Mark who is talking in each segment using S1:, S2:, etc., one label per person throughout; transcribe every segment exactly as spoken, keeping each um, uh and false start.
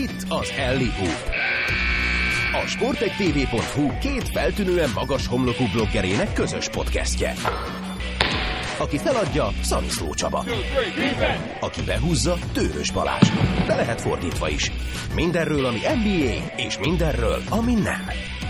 S1: Itt az Alley-oop, a sportegy té vé pont hú két feltűnően magas homlokú bloggerének közös podcastje. Aki feladja, Szaniszló Csaba. Aki behúzza, Tőrös Balázs. De lehet fordítva is. Mindenről, ami en bé á, és mindenről, ami nem.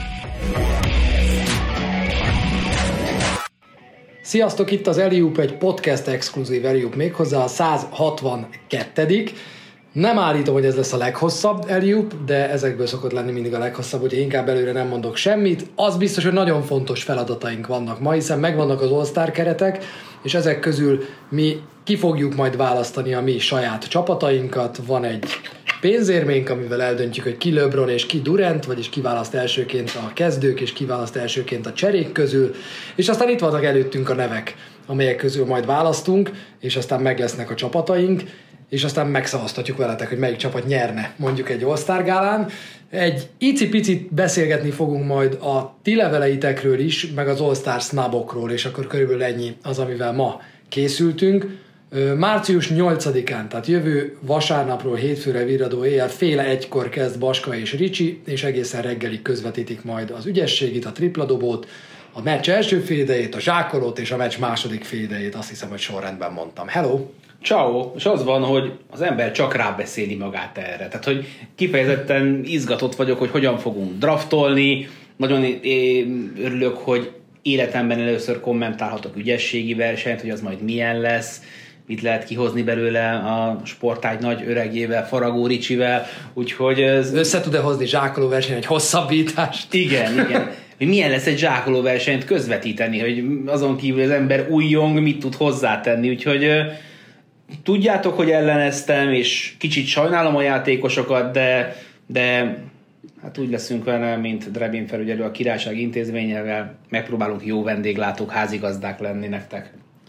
S2: Sziasztok, itt az Alley-oop, egy podcast exkluzív Alley-oop, méghozzá a száz hatvankettedik Nem állítom, hogy ez lesz a leghosszabb Alley-oop, de ezekből szokott lenni mindig a leghosszabb, úgyhogy inkább előre nem mondok semmit. Az biztos, hogy nagyon fontos feladataink vannak ma, hiszen megvannak az All-Star keretek, és ezek közül mi ki fogjuk majd választani a mi saját csapatainkat. Van egy pénzérménk, amivel eldöntjük, hogy ki LeBron és ki Durant, vagyis ki választ elsőként a kezdők, és ki választ elsőként a cserék közül, és aztán itt vannak előttünk a nevek, amelyek közül majd választunk, és aztán meg lesznek a csapataink, és aztán megszavaztatjuk veletek, hogy melyik csapat nyerne mondjuk egy All-Star gálán. Egy icipicit beszélgetni fogunk majd a ti leveleitekről is, meg az All-Star snubokról, és akkor körülbelül ennyi az, amivel ma készültünk. március nyolcadikán, tehát jövő vasárnapról hétfőre virradó éjjel féle egykor kezd Baska és Ricsi, és egészen reggelig közvetítik majd az ügyességit, a tripladobót, a meccs első félidejét, a zsákolót és a meccs második félidejét, azt hiszem, hogy sorrendben mondtam. Hello!
S3: Ciao. És az van, hogy az ember csak rábeszéli magát erre. Tehát, hogy kifejezetten izgatott vagyok, hogy hogyan fogunk draftolni. Nagyon örülök, hogy életemben először kommentálhatok ügyességi versenyt, hogy az majd milyen lesz, mit lehet kihozni belőle a sportágy nagy öregjével, Faragó Ricsivel, úgyhogy... Ez...
S2: Össze tud-e hozni zsákoló verseny, egy hosszabbítást?
S3: Igen, igen. Hogy milyen lesz egy zsákoló versenyt közvetíteni, hogy azon kívül az ember újjong, mit tud hozzátenni, úgyhogy tudjátok, hogy elleneztem, és kicsit sajnálom a játékosokat, de, de hát úgy leszünk vele, mint Drebin felügyelő a Királyság intézményével, megpróbálunk jó vendéglátók, házigazdák lenni nektek.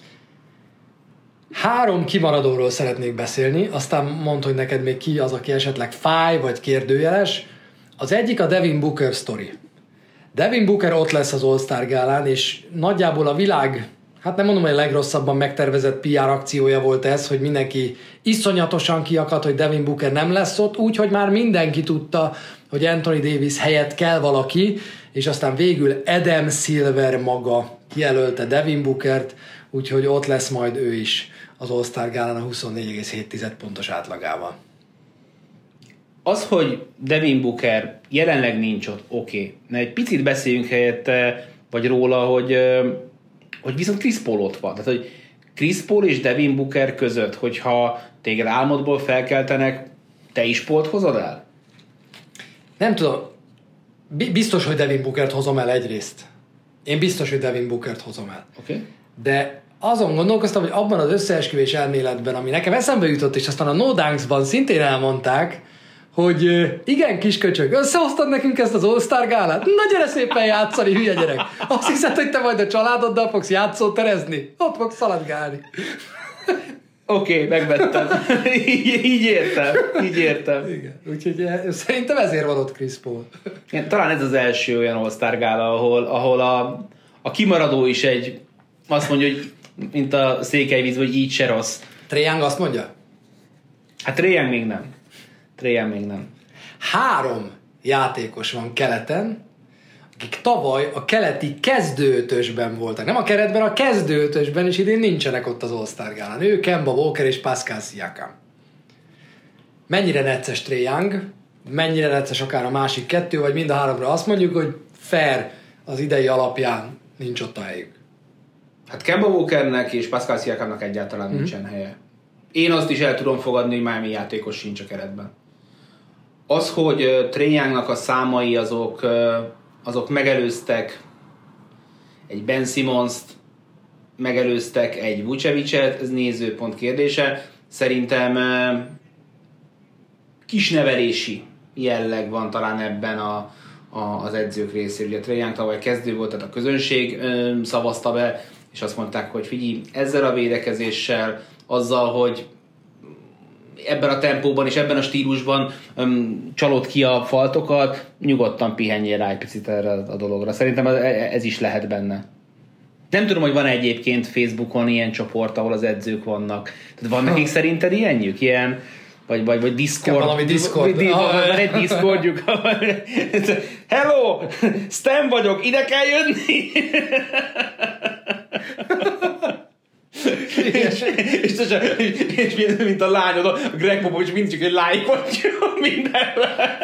S2: Három kimaradóról szeretnék beszélni, aztán mondd, hogy neked még ki az, aki esetleg fáj vagy kérdőjeles. Az egyik a Devin Booker sztori. Devin Booker ott lesz az All-Star gálán, és nagyjából a világ, hát nem mondom, hogy a legrosszabban megtervezett pé er akciója volt ez, hogy mindenki iszonyatosan kiakadt, hogy Devin Booker nem lesz ott, úgyhogy már mindenki tudta, hogy Anthony Davis helyett kell valaki, és aztán végül Adam Silver maga kijelölte Devin Bookert, úgyhogy ott lesz majd ő is az All-Star gálán a huszonnégy egész hét pontos átlagával.
S3: Az, hogy Devin Booker jelenleg nincs ott, oké. Okay. Egy picit beszéljünk helyette, vagy róla, hogy, hogy viszont Chris Paul ott van. Tehát, hogy Chris Paul és Devin Booker között, hogyha téged álmodból felkeltenek, te is Pault hozod el?
S2: Nem tudom. Biztos, hogy Devin Bookert hozom el egyrészt. Én biztos, hogy Devin Bookert hozom el.
S3: Oké. Okay.
S2: De azon gondolkoztam, hogy abban az összeesküvés elméletben, ami nekem eszembe jutott, és aztán a No Dunks-ban szintén elmondták, hogy igen, kisköcsög, összehoztad nekünk ezt az All-Star gálát? Na gyere szépen játszani, hülye gyerek! Azt hiszed, hogy te majd a családoddal fogsz játszóterezni? Ott fogsz szaladgálni.
S3: Oké, okay, megvettem. így, így értem, így értem.
S2: Igen. Úgyhogy szerintem ezért van ott Chris Paul.
S3: Igen, talán ez az első olyan All-Star gála, ahol, ahol a, a kimaradó is egy, azt mondja, hogy mint a székelyvíz, hogy így se rossz.
S2: Trae Young azt mondja?
S3: Hát Trae Young még nem. Trae Young még nem.
S2: Három játékos van keleten, akik tavaly a keleti kezdőötösben voltak. Nem a keretben, a kezdőötösben, és idén nincsenek ott az All-Star gálán. Ő, Kemba Walker és Pascal Siakam. Mennyire necces Trae Young, mennyire necces akár a másik kettő, vagy mind a háromra azt mondjuk, hogy fair az idei alapján nincs ott a helyük.
S3: Hát Kemba Walkernek és Pascal Siakamnak egyáltalán mm-hmm. nincsen helye. Én azt is el tudom fogadni, hogy Miami játékos sincs a keretben. Az, hogy uh, Trae Youngnak a számai azok, uh, azok megelőztek egy Ben Simmons-t, megelőztek egy Vucevicet, ez nézőpont kérdése. Szerintem uh, kisnevelési jelleg van talán ebben a, a, az edzők részéről. Ugye Trae Young tavaly kezdő volt, tehát a közönség uh, szavazta be, és azt mondták, hogy figyelj, ezzel a védekezéssel, azzal, hogy ebben a tempóban és ebben a stílusban um, csalod ki a faltokat, nyugodtan pihenjél rá egy picit erre a dologra. Szerintem ez is lehet benne. Nem tudom, hogy van egyébként Facebookon ilyen csoport, ahol az edzők vannak. Tehát van nekik szerinted ilyenjük? Ilyen vagy, vagy, vagy Discord.
S2: Kell valami Discord.
S3: Di- van egy Discordjuk. Hello! Stan vagyok, ide kell jönni! és, és, és, és mint a lányod, a Greg Popovich mindig csak egy lájkot mindenre.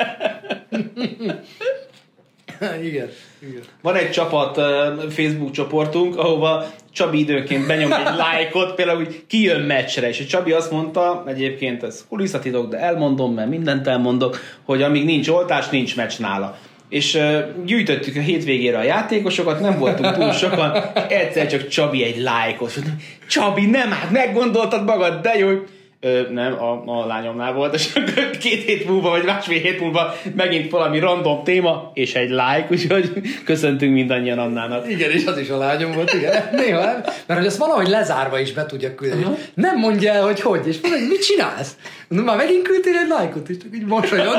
S2: Igen, igen.
S3: Van egy csapat uh, Facebook csoportunk, ahova Csabi időnként benyom egy lájkot, például, hogy ki jön meccsre, és a Csabi azt mondta, egyébként ez kulisszatitok, de elmondom, mert mindent elmondok, hogy amíg nincs oltás, nincs meccs nála. És uh, gyűjtöttük a hétvégére a játékosokat, nem voltunk túl sokan, és egyszer csak Csabi egy lájkos. Csabi, nem, hát meggondoltad magad, de jó. Ö, nem, a, a lányomnál volt, és két hét múlva, vagy másfél hét múlva megint valami random téma, és egy like, úgyhogy köszöntünk mindannyian Annának.
S2: Igen, és az is a lányom volt, igen. Néha, mert hogy ezt valahogy lezárva is be tudja küldeni. Uh-huh. Nem mondja el, hogy hogy, és mondja, mit csinálsz? Na, már megint küldtél egy lájkot, és csak így mosolyog.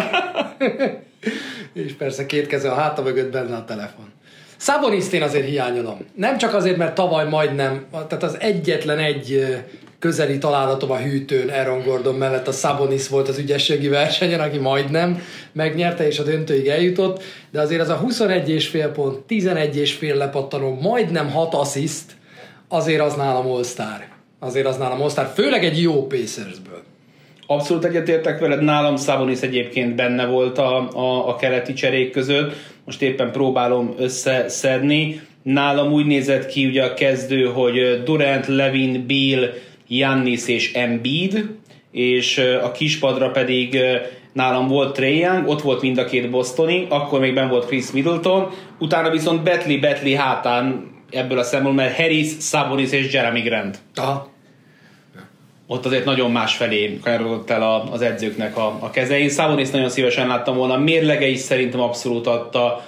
S2: És persze két keze a háta mögött benne a telefon. Szaboniszt én azért hiányolom. Nem csak azért, mert tavaly majdnem, tehát az egyetlen egy közeli találatom a hűtőn Aaron Gordon mellett a Sabonis volt az ügyességi versenyen, aki majdnem megnyerte és a döntőig eljutott, de azért az a huszonegy és fél pont, tizenegy és fél lepattanó, majdnem hat assziszt, azért az nálam all-star. Azért az nálam all-star, főleg egy jó Pacersből.
S3: Abszolút egyetértek veled, nálam Sabonis egyébként benne volt a, a, a keleti cserék között, most éppen próbálom összeszedni. Nálam úgy nézett ki ugye a kezdő, hogy Durant, Levin, Beal, Giannis és Embiid, és a kispadra pedig nálam volt Trae Young, ott volt mind a két bostoni, akkor még benn volt Chris Middleton, utána viszont Betley Betley hátán ebből a szempontból, mert Harris, Sabonis és Jeremy Grant.
S2: Aha.
S3: Ott azért nagyon másfelé kanyarodott el az edzőknek a, a keze. Én Sabonis nagyon szívesen láttam volna, mérlege is szerintem abszolút adta.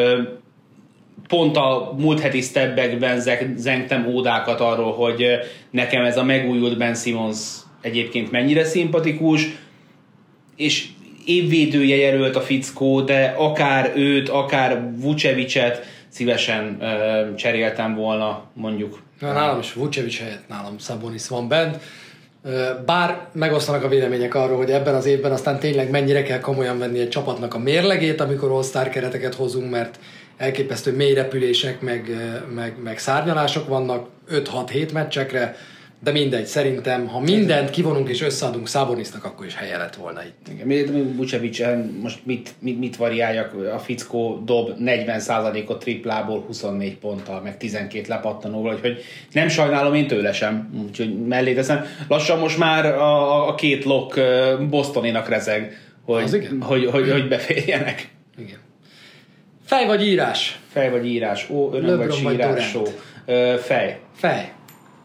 S3: Pont a múlt heti stepbackben zengtem ódákat arról, hogy nekem ez a megújult Ben Simmons egyébként mennyire szimpatikus, és évvédője jelölt a fickó, de akár őt, akár Vucevicet szívesen uh, cseréltem volna, mondjuk.
S2: Na, nálam is Vucevic helyett nálam Sabonis van bent. Bár megosztanak a vélemények arról, hogy ebben az évben aztán tényleg mennyire kell komolyan venni egy csapatnak a mérlegét, amikor all-star kereteket hozunk, mert elképesztő mély repülések, meg, meg, meg szárnyalások vannak öt-hat-hét meccsekre, de mindegy, szerintem, ha mindent kivonunk és összeadunk Sabonisnak, akkor is helye lett volna itt.
S3: Igen, Vucevic, most mit, mit, mit variáljak, a fickó dob negyven százalékot triplából huszonnégy ponttal, meg tizenkét lepattanóval, úgyhogy nem sajnálom én tőle sem, úgyhogy mellé teszem. Lassan most már a, a két lok Bostoninak rezeg, hogy, hogy, hogy, hogy beférjenek.
S2: Igen. Fej vagy írás?
S3: Fej vagy írás. Ó, öröm vagy sírás. Fej.
S2: Fej.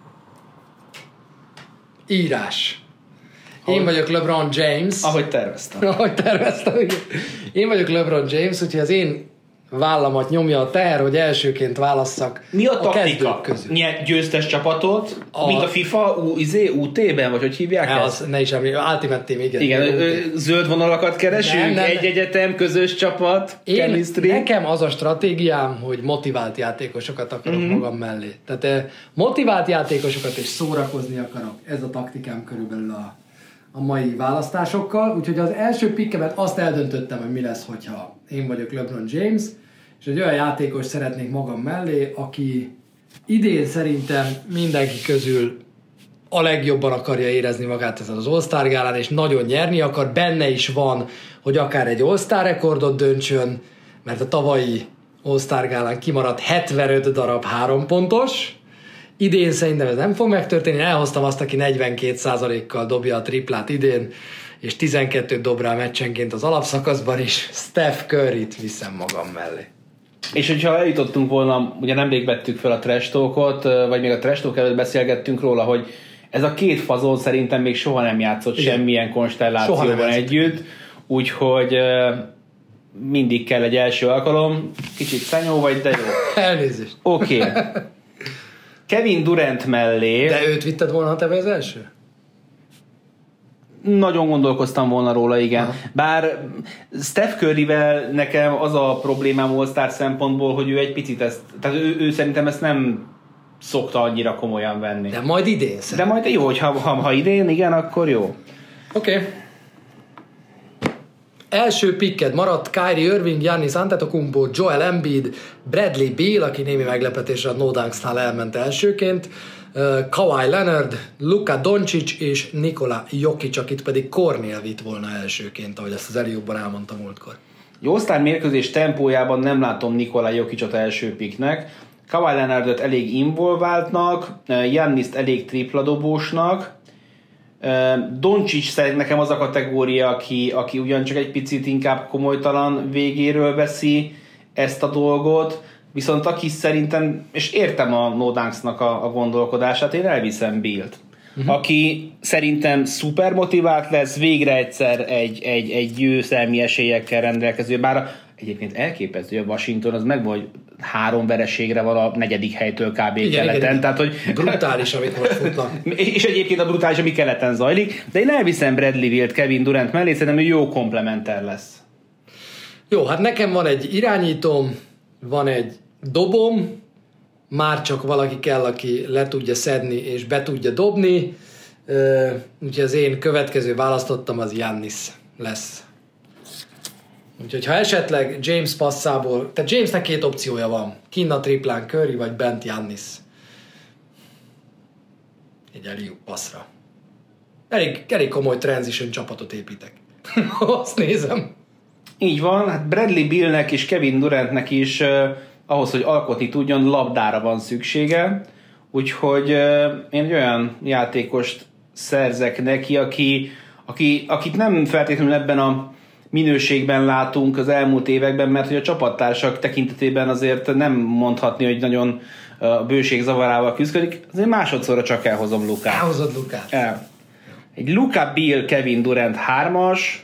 S2: Írás. Én vagyok LeBron James.
S3: Ahogy terveztem.
S2: Ahogy terveztem, igen. Én vagyok LeBron James, úgyhogy az én vállamat nyomja a teher, hogy elsőként válasszak
S3: mi a,
S2: a
S3: taktika?
S2: Közül.
S3: Milyen győztes csapatot? A... Mint a FIFA U, izé, u té-ben, vagy hogy hívják
S2: ne,
S3: ezt?
S2: Az, ne is emlékszem, Ultimate Team, igen.
S3: Igen, igen zöld vonalakat keresünk, nem, nem, egy egyetem, közös csapat,
S2: én,
S3: chemistry.
S2: Nekem az a stratégiám, hogy motivált játékosokat akarok mm-hmm. magam mellé. Tehát motivált játékosokat és szórakozni akarok. Ez a taktikám körülbelül a, a mai választásokkal. Úgyhogy az első pikkemet azt eldöntöttem, hogy mi lesz, hogyha én vagyok LeBron James, és egy olyan játékos szeretnék magam mellé, aki idén szerintem mindenki közül a legjobban akarja érezni magát ezen az All-Star gálán, és nagyon nyerni akar. Benne is van, hogy akár egy All-Star rekordot döntsön, mert a tavalyi All-Star gálán kimaradt hetvenöt darab három pontos. Idén szerintem ez nem fog megtörténni. Elhoztam azt, aki negyvenkét százalékkal dobja a triplát idén, és tizenkettőt dob rá meccsenként az alapszakaszban is. Steph Curryt viszem magam mellé.
S3: És hogyha eljutottunk volna, ugye nemrég vettük fel a trash talkot, vagy még a trash talk előtt beszélgettünk róla, hogy ez a két fazon szerintem még soha nem játszott igen. semmilyen konstellációban együtt, úgyhogy mindig kell egy első alkalom. Kicsit szenyó vagy, de jó.
S2: Elnézést.
S3: Oké. Okay. Kevin Durant mellé...
S2: De őt vitted volna, ha te vagy az első?
S3: Nagyon gondolkoztam volna róla, igen.
S2: Aha.
S3: Bár Steph Curryvel nekem az a problémám All-Star szempontból, hogy ő egy picit ezt, tehát ő, ő szerintem ezt nem szokta annyira komolyan venni.
S2: De majd idén szerintem.
S3: De majd jó, hogy ha, ha, ha idén, igen, akkor jó.
S2: Oké. Okay. Első picked maradt Kyrie Irving, Giannis Antetokounmpo, Joel Embiid, Bradley Beal, aki némi meglepetésre a No Dunksnál elment elsőként, uh, Kawhi Leonard, Luka Doncic és Nikola Jokic, akit pedig Kornél vitt volna elsőként, ahogy ezt az Eliubban elmondtam múltkor.
S3: Jó All-Star mérkőzés tempójában nem látom Nikola Jokicot első picknek. Kawhi Leonardot elég involváltnak, Giannist elég tripladobósnak. Doncic szerint nekem az a kategória, aki, aki ugyancsak egy picit inkább komolytalan végéről veszi ezt a dolgot, viszont aki szerintem, és értem a No Dunksnak a, a gondolkodását, én elviszem Bealt. Uh-huh. Aki szerintem szuper motivált lesz, végre egyszer egy, egy, egy győzelmi esélyekkel rendelkező, bár egyébként elképesztő, hogy a Washington az meg vagy három vereségre van a negyedik helytől kb. Igen, keleten. Igen, tehát, hogy
S2: brutális, amit most futnak.
S3: És egyébként a brutális, ami keleten zajlik, de én elviszem Bradley Bealt Kevin Durant mellé, szerintem ő jó komplementer lesz.
S2: Jó, hát nekem van egy irányítóm, van egy dobom, már csak valaki kell, aki le tudja szedni és be tudja dobni, úgyhogy az én következő választottam az Giannis lesz. Úgyhogy ha esetleg James passzából, tehát Jamesnek két opciója van, kinn a triplán Curry vagy bent Giannis. Egy alley-oop passzra. Elég, elég komoly transition csapatot építek. Azt nézem.
S3: Így van, hát Bradley Bealnek és Kevin Durantnek is uh, ahhoz, hogy alkotni tudjon, labdára van szüksége, úgyhogy uh, én egy olyan játékost szerzek neki, aki, aki, akit nem feltétlenül ebben a minőségben látunk az elmúlt években, mert hogy a csapattársak tekintetében azért nem mondhatni, hogy nagyon a bőség zavarával küzdik, azért másodszorra csak elhozom Lukát.
S2: Elhozod Lukát.
S3: El. Egy Luka, Beal, Kevin Durant hármas,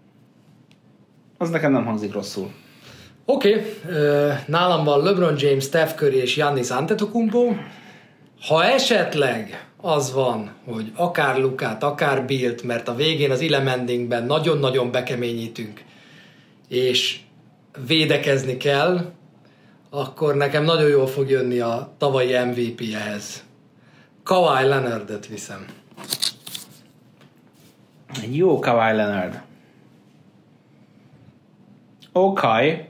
S3: az nekem nem hangzik rosszul.
S2: Oké, okay. Nálam van LeBron James, Steph Curry és Giannis Antetokounmpo. Ha esetleg az van, hogy akár Lukát, akár Bealt, mert a végén az Ilemendingben nagyon-nagyon bekeményítünk, és védekezni kell, akkor nekem nagyon jól fog jönni a tavalyi em vé pé ehhez. Kawhi Leonardot viszem.
S3: Egy jó Kawhi Leonard. Oké. Okay.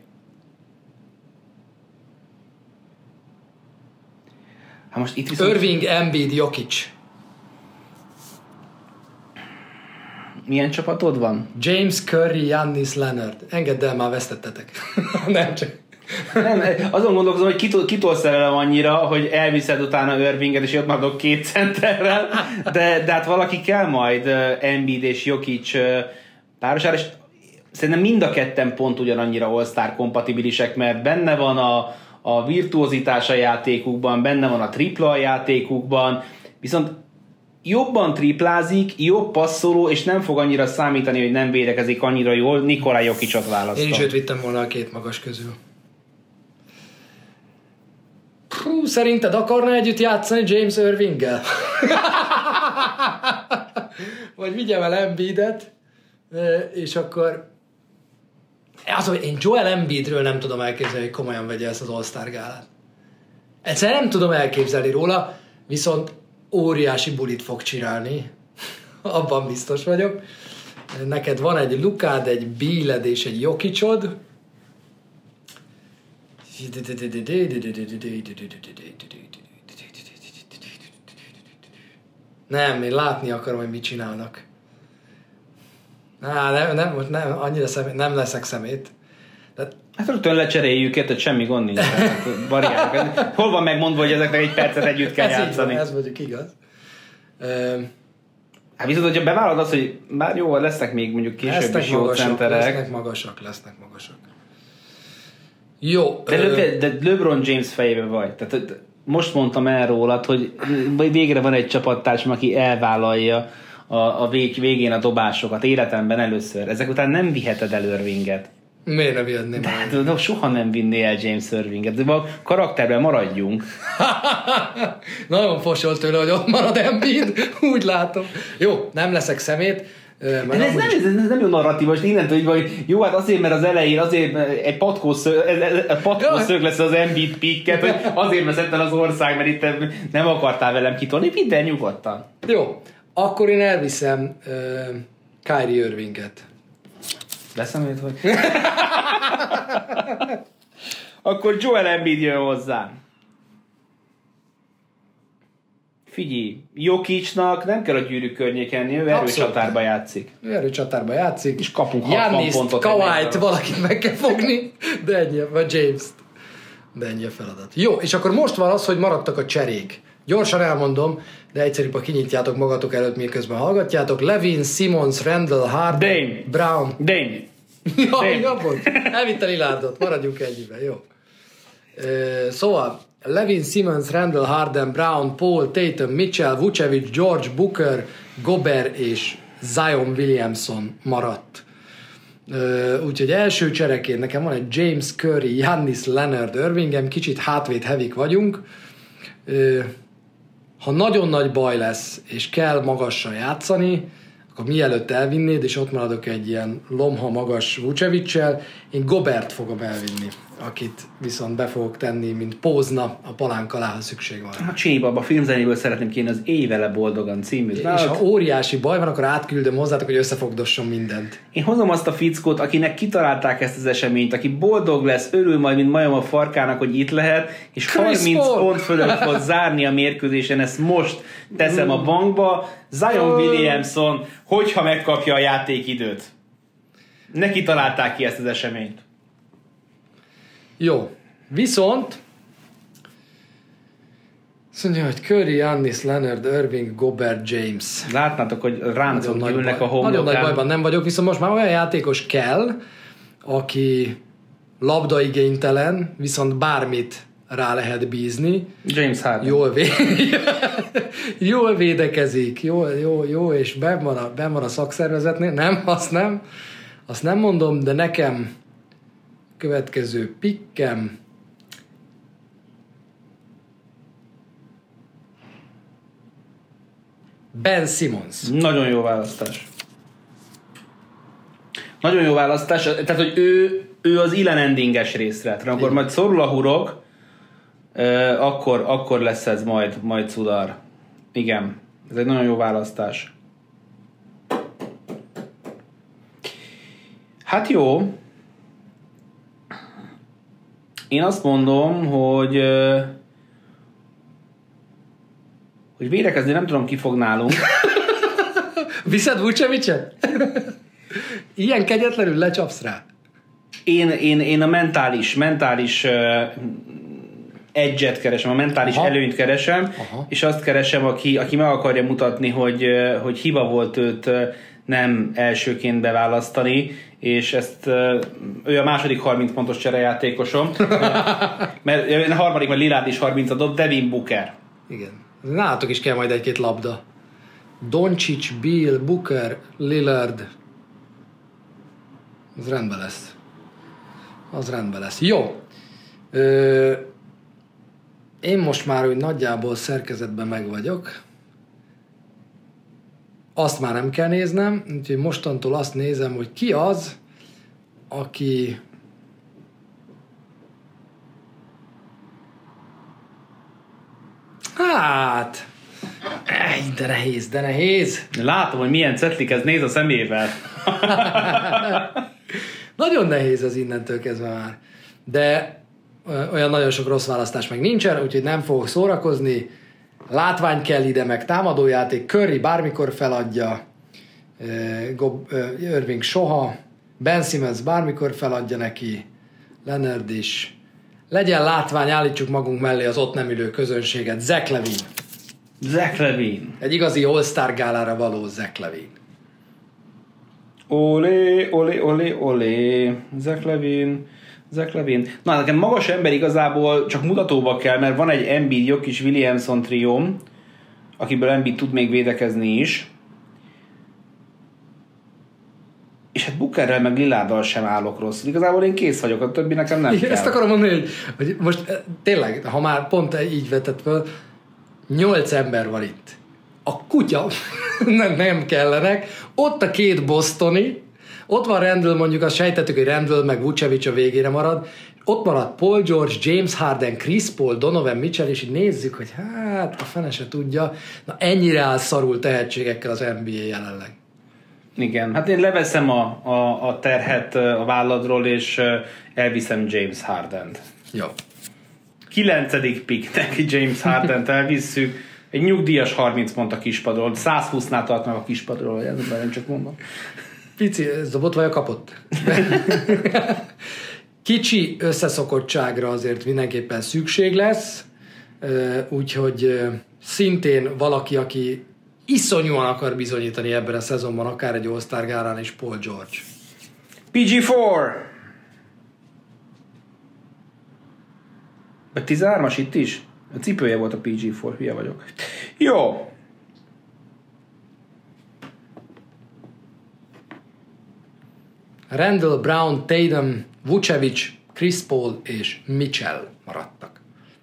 S3: Hát most itt viszont...
S2: Irving, Embiid, Jokic.
S3: Milyen csapatod van?
S2: James, Curry, Giannis, Leonard. Engedd el, már vesztettetek. Nem csak...
S3: Nem, azon gondolkozom, hogy kitól, kitól szerelem annyira, hogy elviszed utána Irvinget, és ott maradok két centerrel, de, de hát valaki kell majd Embiid és Jokic párosára, és szerintem mind a ketten pont ugyanannyira All-Star kompatibilisek, mert benne van a, a virtuozitás a játékukban, benne van a tripla a játékukban, viszont jobban triplázik, jobb passzoló, és nem fog annyira számítani, hogy nem védekezik annyira jól. Nikola Jokicot választom.
S2: Én is őt vittem volna a két magas közül. Hú, szerinted akarna együtt játszani James Irvinggel? Vagy vigyem el Embiidet, és akkor... Az, hogy én Joel Embiidről nem tudom elképzelni, hogy komolyan vegye ezt az All-Star gálát. Egyszerűen nem tudom elképzelni róla, viszont óriási bulit fog csinálni. Abban biztos vagyok. Neked van egy Lukád, egy Bealed és egy Jokicod. Nem, én látni akarom, hogy mit csinálnak. Á, nem, nem, most nem, annyira szemét, nem leszek szemét.
S3: De... Hát rögtön lecseréljük őket, hogy semmi gond nincs. Hol van megmondva, hogy ezeknek egy percet együtt kell
S2: ez
S3: játszani?
S2: Van, ez mondjuk igaz. Um,
S3: hát viszont, hogyha bevállalod azt, hogy bár jó, lesznek még mondjuk később is jó
S2: magasak,
S3: centerek.
S2: Lesznek magasak, lesznek magasak. Jó.
S3: De, Le, de LeBron James fejében vagy. Tehát most mondtam el rólad, hogy végre van egy csapattársam, aki elvállalja a, a vég, végén a dobásokat életemben először. Ezek után nem viheted el Irvinget.
S2: Miért nem vihetném el?
S3: De, de soha nem vinné el James Irvinget. De a karakterben maradjunk.
S2: Nagyon fosol tőle, hogy ott marad Embiid. Úgy látom. Jó, nem leszek szemét.
S3: De ez, nem, ez, ez nem jó narratíva, és innentől így van, hogy jó, hát azért, mert az elején azért egy patkószög lesz az Embiid picket, hogy azért veszett el az ország, mert itt nem akartál velem kitolni, minden nyugodtan.
S2: Jó, akkor én elviszem uh, Kyrie Irvinget.
S3: Leszemült, hogy... Akkor Joel Embiid jön hozzá. Figyelj, Jokicnak nem kell a gyűrűk környéken, ő erőcsatárba játszik.
S2: Ő erőcsatárba játszik.
S3: És kapunk hatvan pontot.
S2: Kawait valakit meg kell fogni, de ennyi, vagy James-t. De ennyi a feladat. Jó, és akkor most van az, hogy maradtak a cserék. Gyorsan elmondom, de egyszerűbb, ha kinyitjátok magatok előtt, miközben hallgatjátok. Levin, Simmons, Randall, Harden,
S3: Dame.
S2: Brown.
S3: Dame.
S2: Ja, ja, elvitte Lillardot, maradjunk ennyiben, jó. Uh, szóval, Levin, Simmons, Randall, Harden, Brown, Paul, Tatum, Mitchell, Vucevic, George, Booker, Gobert és Zion Williamson maradt. Uh, úgyhogy első csereként nekem van egy James Curry, Giannis, Leonard, Irvingem, kicsit hátvéd hevik vagyunk. Uh, ha nagyon nagy baj lesz, és kell magasra játszani, akkor mielőtt elvinnéd, és ott maradok egy ilyen lomha magas Vucevic-sel, én Gobert fogom elvinni, akit viszont be fogok tenni, mint pózna a palánk alá, ha szükség van.
S3: A Csébaba, a filmzenéből szeretném kérni az Éj vele boldogan című.
S2: És ha óriási baj van, akkor átküldöm hozzátok, hogy összefogdosson mindent.
S3: Én hozom azt a fickót, akinek kitalálták ezt az eseményt, aki boldog lesz, örül majd, mint majom a farkának, hogy itt lehet, és Chris harminc Paul. Pont fölött fog zárni a mérkőzésen, ezt most teszem a bankba. Zion Williamson, hogyha megkapja a játékidőt. Neki találták ki ezt az eseményt.
S2: Jó. Viszont azt mondja, hogy Curry, Giannis, Leonard, Irving, Gobert, James.
S3: Látnátok, hogy ráncok gyűlnek a homlokán.
S2: Nagyon nagy bajban nem vagyok, viszont most már olyan játékos kell, aki labdaigénytelen, viszont bármit rá lehet bízni.
S3: James Harden.
S2: Jól, vé... jól védekezik, jó, jó, jó, és benn van, a, benn van a szakszervezetnél. Nem, azt nem. Azt nem mondom, de nekem következő pikkem Ben Simmons.
S3: Nagyon jó választás. Nagyon jó választás. Tehát, hogy ő, ő az Ilan endinges részre. Tehát, akkor majd szorul a hurok, euh, akkor, akkor lesz ez majd, majd cudar. Igen. Ez egy nagyon jó választás. Hát jó. Én azt mondom, hogy hogy védekezni nem tudom, ki fog nálunk.
S2: Viszed Vucevicet? Ilyen kegyetlenül lecsapsz rá?
S3: Én, én, én a mentális, mentális uh, edge-et keresem, a mentális Aha. előnyt keresem, Aha. és azt keresem, aki, aki meg akarja mutatni, hogy, uh, hogy hiba volt őt uh, nem elsőként beválasztani, és ezt uh, ő a második harminc pontos cserejátékosom, mert a harmadik, mert Lillard is harminc dob, Devin Booker.
S2: Igen. Nálatok is kell majd egy-két labda. Doncic, Bill, Booker, Lillard. Az rendben lesz. Az rendben lesz. Jó. Ö, én most már úgy nagyjából szerkezetben meg vagyok. Azt már nem kell néznem, úgyhogy mostantól azt nézem, hogy ki az, aki... Hát... Ej, de nehéz, de nehéz.
S3: Látom, hogy milyen cetlik ez néz a szemével.
S2: Nagyon nehéz az innentől kezdve már. De olyan nagyon sok rossz választás meg nincsen, úgyhogy nem fogok szórakozni. Látvány kell ide, meg támadójáték. Curry bármikor feladja. Irving soha. Ben Simmons bármikor feladja neki. Leonard is. Legyen látvány, állítsuk magunk mellé az ott nem ülő közönséget. Zach Levine.
S3: Zach Levine.
S2: Egy igazi All-Star gálára való Zach Levine.
S3: Olé, olé, olé, olé. Zach Levine. Zach Levine. Na, nekem magas ember igazából csak mutatóba kell, mert van egy Embiid, Jokic, Williamson trióm, akiből Embiid tud még védekezni is. És hát Bookerrel meg Lillarddal sem állok rosszul. Igazából én kész vagyok, a többi nekem nem kell.
S2: Ezt akarom mondani, hogy, hogy most tényleg, ha már pont így vetett föl, nyolc ember van itt. A kutya nem, nem kellenek. Ott a két bostoni, ott van Randall, mondjuk azt sejtettük, hogy Randall meg Vucevic a végére marad. Ott marad Paul George, James Harden, Chris Paul, Donovan Mitchell, és így nézzük, hogy hát a fene se tudja. Na ennyire áll szarul tehetségekkel az en bé á jelenleg.
S3: Igen, hát én leveszem a, a, a terhet a válladról, és elviszem James Hardent.
S2: Jó.
S3: Kilencedik picknek James Hardent elvisszük. Egy nyugdíjas harminc pont a kispadról. száz húsznál tart meg a kispadról, ez nem csak mondom.
S2: Pici, ez dobott vagy a kapott? Kicsi összeszokottságra azért mindenképpen szükség lesz, úgyhogy szintén valaki, aki iszonyúan akar bizonyítani ebben a szezonban, akár egy All-Star gálán is, Paul George.
S3: pé gé négy! Vagy tizenhármas itt is? A cipője volt a pé gé négy, hülye vagyok. Jó.
S2: Randall, Brown, Tatum, Vucevic, Chris Paul és Mitchell maradtak.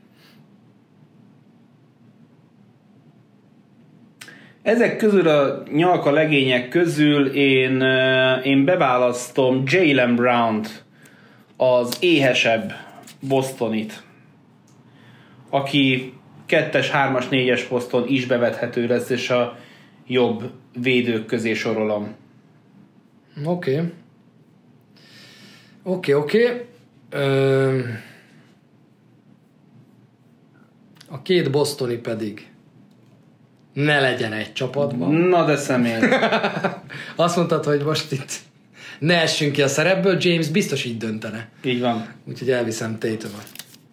S3: Ezek közül a nyalka legények közül én, én beválasztom Jaylen Brownt, az éhesebb Bostonit, aki kettes, hármas, négyes poszton is bevethető lesz, és a jobb védők közé sorolom.
S2: Oké. Okay. Oké, okay, oké. Okay. A két bostoni pedig ne legyen egy csapatban.
S3: Na de személy.
S2: Azt mondtad, hogy most itt ne essünk ki a szerepből, James biztos így döntene.
S3: Így van.
S2: Úgyhogy elviszem Tatumot.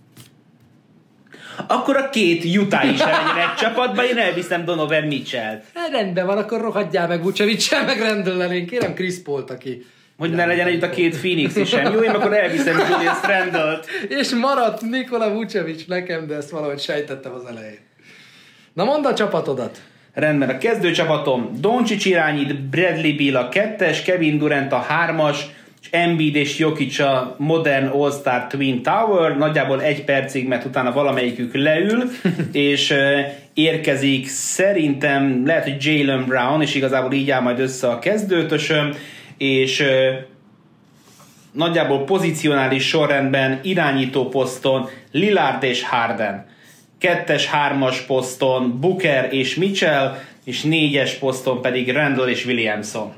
S3: Akkor a két Utah is legyen egy csapatban, én elviszem Donovan Mitchell-t.
S2: Rendben van, akkor rohadjál meg Vucevic-sel, meg Randall-el. Én kérem Chris Paul-t, aki...
S3: Hogy ne legyen együtt a két Phoenix is sem. Jó, én akkor elviszem Julius Randle-t.
S2: És maradt Nikola Vucevic nekem, de ezt valahogy sejtettem az elején. Na mondd a csapatodat.
S3: Rendben, a kezdőcsapatom Doncic irányít, Bradley Beal a kettes, Kevin Durant a hármas, és Embiid és Jokic a modern All-Star Twin Tower, nagyjából egy percig, mert utána valamelyikük leül, és uh, érkezik szerintem, lehet, hogy Jaylen Brown, és igazából így áll majd össze a kezdőtösöm, és uh, nagyjából pozicionális sorrendben irányító poszton Lillard és Harden, kettes, hármas poszton Booker és Mitchell, és négyes poszton pedig Randall és Williamson.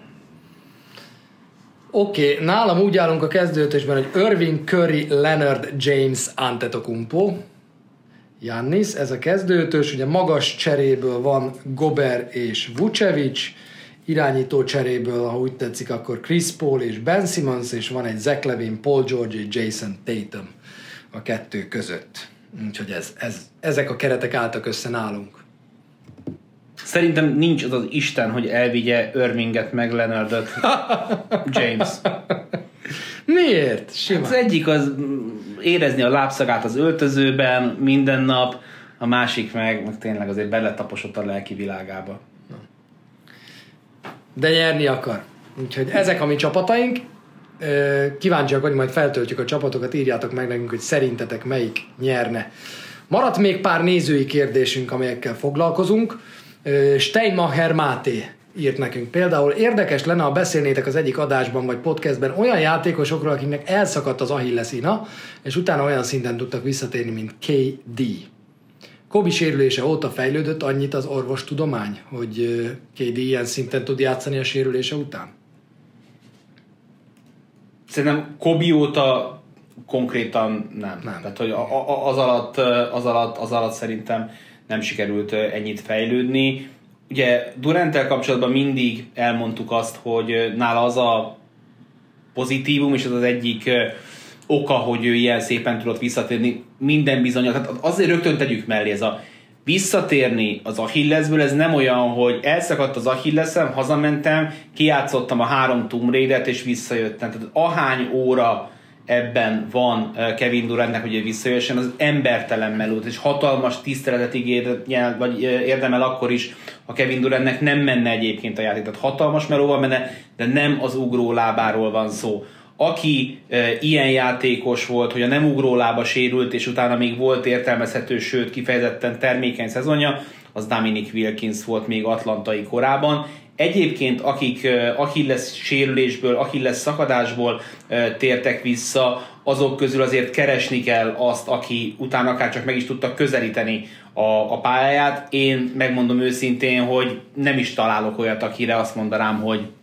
S2: Oké, okay, nálam úgy állunk a kezdőtösben, hogy Irving, Curry, Leonard, James, Antetokounmpo, Giannis, ez a kezdőtös, ugye magas cseréből van Gobert és Vucevic, irányító cseréből, ha úgy tetszik, akkor Chris Paul és Ben Simmons, és van egy Zach LaVine, Paul George és Jason Tatum a kettő között. Úgyhogy ez, ez, ezek a keretek álltak össze nálunk.
S3: Szerintem nincs az az Isten, hogy elvigye Irvinget meg Leonardot James.
S2: Miért? Simán.
S3: Az egyik az érezni a lábszagát az öltözőben minden nap, a másik meg, meg tényleg azért beletaposott a lelki világába.
S2: De nyerni akar. Úgyhogy ezek a mi csapataink. Kíváncsiak vagyunk, majd feltöltjük a csapatokat, írjátok meg nekünk, hogy szerintetek melyik nyerne. Maradt még pár nézői kérdésünk, amelyekkel foglalkozunk. Steinmacher Máté írt nekünk például: érdekes lenne, ha beszélnétek az egyik adásban vagy podcastben olyan játékosokról, akiknek elszakadt az Achilleszína, és utána olyan szinten tudtak visszatérni, mint ká dé. Kobe sérülése óta fejlődött annyit az orvostudomány, hogy ká dé ilyen szinten tud játszani a sérülése után?
S3: Szerintem Kobe óta konkrétan nem. nem. Tehát, hogy az alatt, az, alatt, az alatt szerintem nem sikerült ennyit fejlődni. Ugye Duranttel kapcsolatban mindig elmondtuk azt, hogy nála az a pozitívum, és az az egyik oka, hogy ő ilyen szépen tudott visszatérni minden bizonyos. Tehát azért rögtön tegyük mellé, ez a visszatérni az Achillesből, ez nem olyan, hogy elszakadt az Achilleszem, hazamentem, kijátszottam a három Tomb Raider-t és visszajöttem. Tehát ahány óra ebben van Kevin Durantnek, hogy ő visszajöjjön, az embertelen melót, és hatalmas tiszteletet ígér, vagy érdemel akkor is, ha Kevin Durantnek nem menne egyébként a játék. Tehát hatalmas meló van benne, de nem az ugró lábáról van szó. Aki e, ilyen játékos volt, hogy a nem ugró lába sérült, és utána még volt értelmezhető, sőt kifejezetten termékeny szezonja, az Dominic Wilkins volt még atlantai korában. Egyébként akik uh, Achilles sérülésből, Achilles szakadásból uh, tértek vissza, azok közül azért keresni kell azt, aki utána akár csak meg is tudta közelíteni a, a pályáját. Én megmondom őszintén, hogy nem is találok olyat, akire azt mondanám, hogy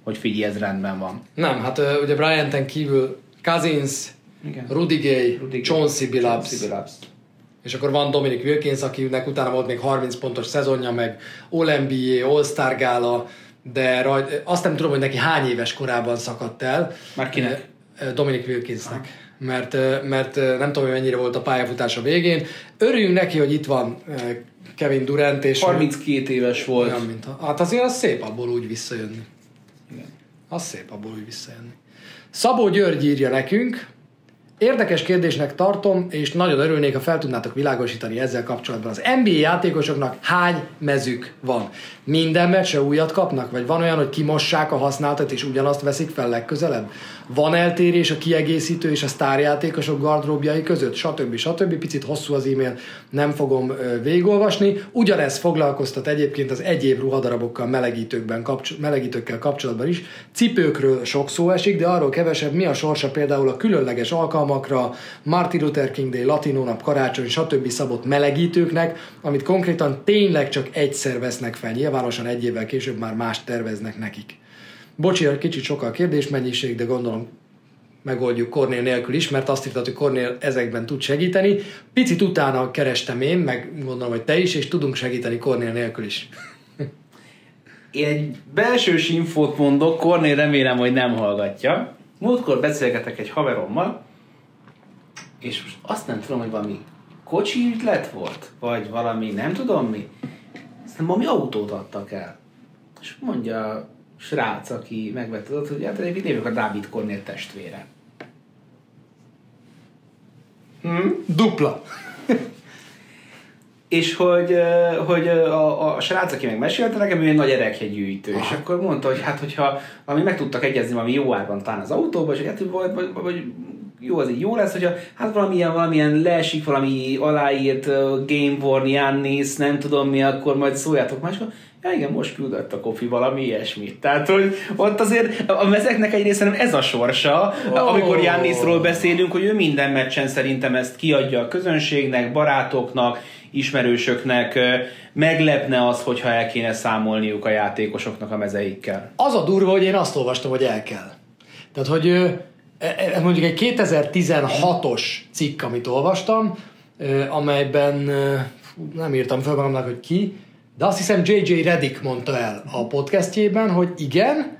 S3: hogy figyelj, ez rendben van.
S2: Nem, hát ugye Bryanten kívül Cousins,
S3: Igen.
S2: Rudy Gay,
S3: Rudy
S2: Chauncey Billups,
S3: Billups.
S2: és akkor van Dominic Wilkins, akinek utána volt még harminc pontos szezonja, meg All-en bé á, All-Star gála, de raj, azt nem tudom, hogy neki hány éves korában szakadt el.
S3: Már kinek?
S2: Dominic Wilkinsnek. Mert, mert nem tudom, hogy mennyire volt a pályafutása végén. Örüljünk neki, hogy itt van Kevin Durant, és
S3: harminckét éves volt.
S2: Olyan, mint a, hát azért az szép abból úgy visszajönni.
S3: Igen.
S2: Az szép abból úgy visszajönni. Szabó György írja nekünk, érdekes kérdésnek tartom, és nagyon örülnék, ha fel tudnátok világosítani ezzel kapcsolatban. Az en bé á játékosoknak hány mezük van? Minden meccsre újat kapnak? Vagy van olyan, hogy kimossák a használtat, és ugyanazt veszik fel legközelebb? Van eltérés a kiegészítő és a sztárjátékosok gardróbjai között? Stb. Stb. Picit hosszú az e-mail, nem fogom végigolvasni. Ugyanez foglalkoztat egyébként az egyéb ruhadarabokkal, melegítőkben, kapcsol- melegítőkkel kapcsolatban is. Cipőkről sok szó esik, de arról kevesebb, mi a sorsa például a különleges alkalmakra, Martin Luther King Day, Latinónap, karácsony, stb. Szabott melegítőknek, amit konkrétan tényleg csak egyszer vesznek fel. Nyilvánosan egy évvel később már más terveznek nekik. Bocsi, kicsit sokkal a kérdésmennyiség, de gondolom megoldjuk Kornél nélkül is, mert azt írtad, hogy Kornél ezekben tud segíteni. Picit utána kerestem én, meg gondolom, hogy te is, és tudunk segíteni Kornél nélkül is.
S3: Én egy belsős infót mondok, Kornél remélem, hogy nem hallgatja. Múltkor beszélgetek egy haverommal, és most azt nem tudom, hogy valami kocsi ügylet volt, vagy valami nem tudom mi. Aztán valami autót adtak el. És mondja a srác, aki megvette ott, hogy hát egyébként én vagyok a Dávid Kornél testvére.
S2: Hm? Dupla.
S3: És hogy, hogy a, a srác, aki meg mesélte nekem, ő egy nagy erekjegyűjtő. És akkor mondta, hogy hát hogyha valami meg tudtak egyezni valami jó árban talán az autóba, és hogy hát, vagy, vagy, vagy jó, az így jó lesz, hogyha hát valamilyen, valamilyen leesik, valami aláírt uh, Game Worn, Giannis, nem tudom mi, akkor majd szóljátok máskor. Ja igen, most küldött a Kofi valami ilyesmit. Tehát, hogy ott azért a mezeknek egy része nem ez a sorsa, oh. amikor Giannisról beszélünk, hogy ő minden meccsen szerintem ezt kiadja a közönségnek, barátoknak, ismerősöknek, meglepne az, hogyha el kéne számolniuk a játékosoknak a mezeikkel.
S2: Az a durva, hogy én azt olvastam, hogy el kell. Tehát, hogy mondjuk egy kétezer-tizenhatos cikk, amit olvastam, amelyben nem írtam fel magamnak, hogy ki, de azt hiszem jé jé Redick mondta el a podcastjében, hogy igen,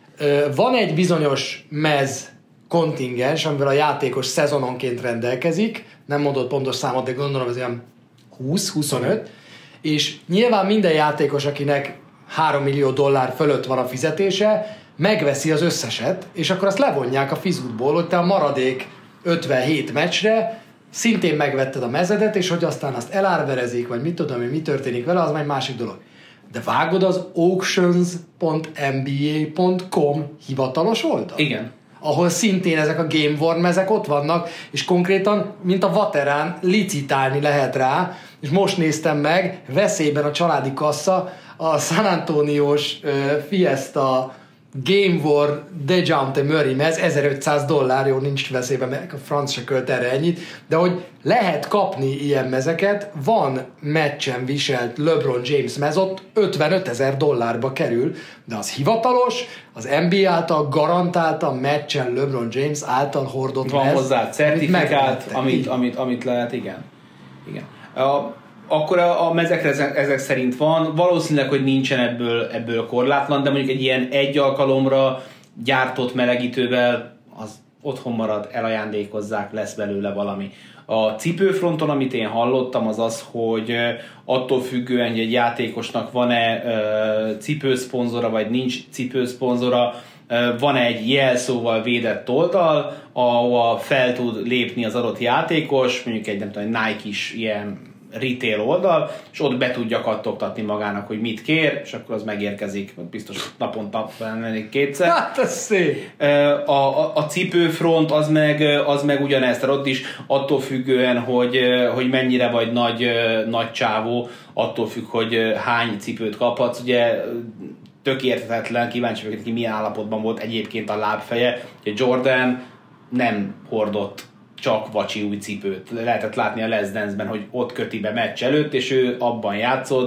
S2: van egy bizonyos mez kontingens, amivel a játékos szezononként rendelkezik, nem mondott pontos számot, de gondolom ez ilyen húsz-huszonöt, és nyilván minden játékos, akinek három millió dollár fölött van a fizetése, megveszi az összeset, és akkor azt levonják a fizutból, hogy te a maradék ötvenhét meccsre szintén megvetted a mezedet, és hogy aztán azt elárverezik, vagy mit tudom én, mi történik vele, az már egy másik dolog. De vágod az auctions pont en bé á pont com hivatalos oldal?
S3: Igen.
S2: Ahol szintén ezek a Game Worn mezek ott vannak, és konkrétan, mint a Vaterán, licitálni lehet rá, és most néztem meg, veszélyben a családi kassa, a San Antoniós uh, Fiesta Game Worn DeJounte Murray mez, ezerötszáz dollár, jó, nincs veszélyben, mert a franc se költ erre ennyit, de hogy lehet kapni ilyen mezeket, van meccsen viselt LeBron James mez, ott ötvenötezer dollárba kerül, de az hivatalos, az en bé á által garantáltan meccsen LeBron James által hordott
S3: van
S2: mez.
S3: Van hozzá certifikát, amit, amit, amit lehet, igen. igen. A, akkor a, a mezekre ezek, ezek szerint van, valószínűleg, hogy nincsen ebből, ebből korlátlan, de mondjuk egy ilyen egy alkalomra gyártott melegítővel az otthon marad, elajándékozzák, lesz belőle valami. A cipőfronton, amit én hallottam, az az, hogy attól függően, hogy egy játékosnak van-e cipőszponzora, vagy nincs cipőszponzora, van egy jelszóval védett oldal, ahol fel tud lépni az adott játékos, mondjuk egy nem tudom, Nike-is ilyen retail oldal, és ott be tudja kattogtatni magának, hogy mit kér, és akkor az megérkezik, biztos naponta lennék kétszer.
S2: Hát ez szép!
S3: A, a, a cipőfront az meg, az meg ugyanezt, ott is attól függően, hogy, hogy mennyire vagy nagy, nagy csávó, attól függ, hogy hány cipőt kaphatsz, ugye tök érthetetlen, kíváncsi vagyok, ki milyen állapotban volt egyébként a lábfeje, hogy Jordan nem hordott csak vacsi új cipőt. Lehetett látni a Let's Dance-ben, hogy ott köti be meccs előtt, és ő abban játszott,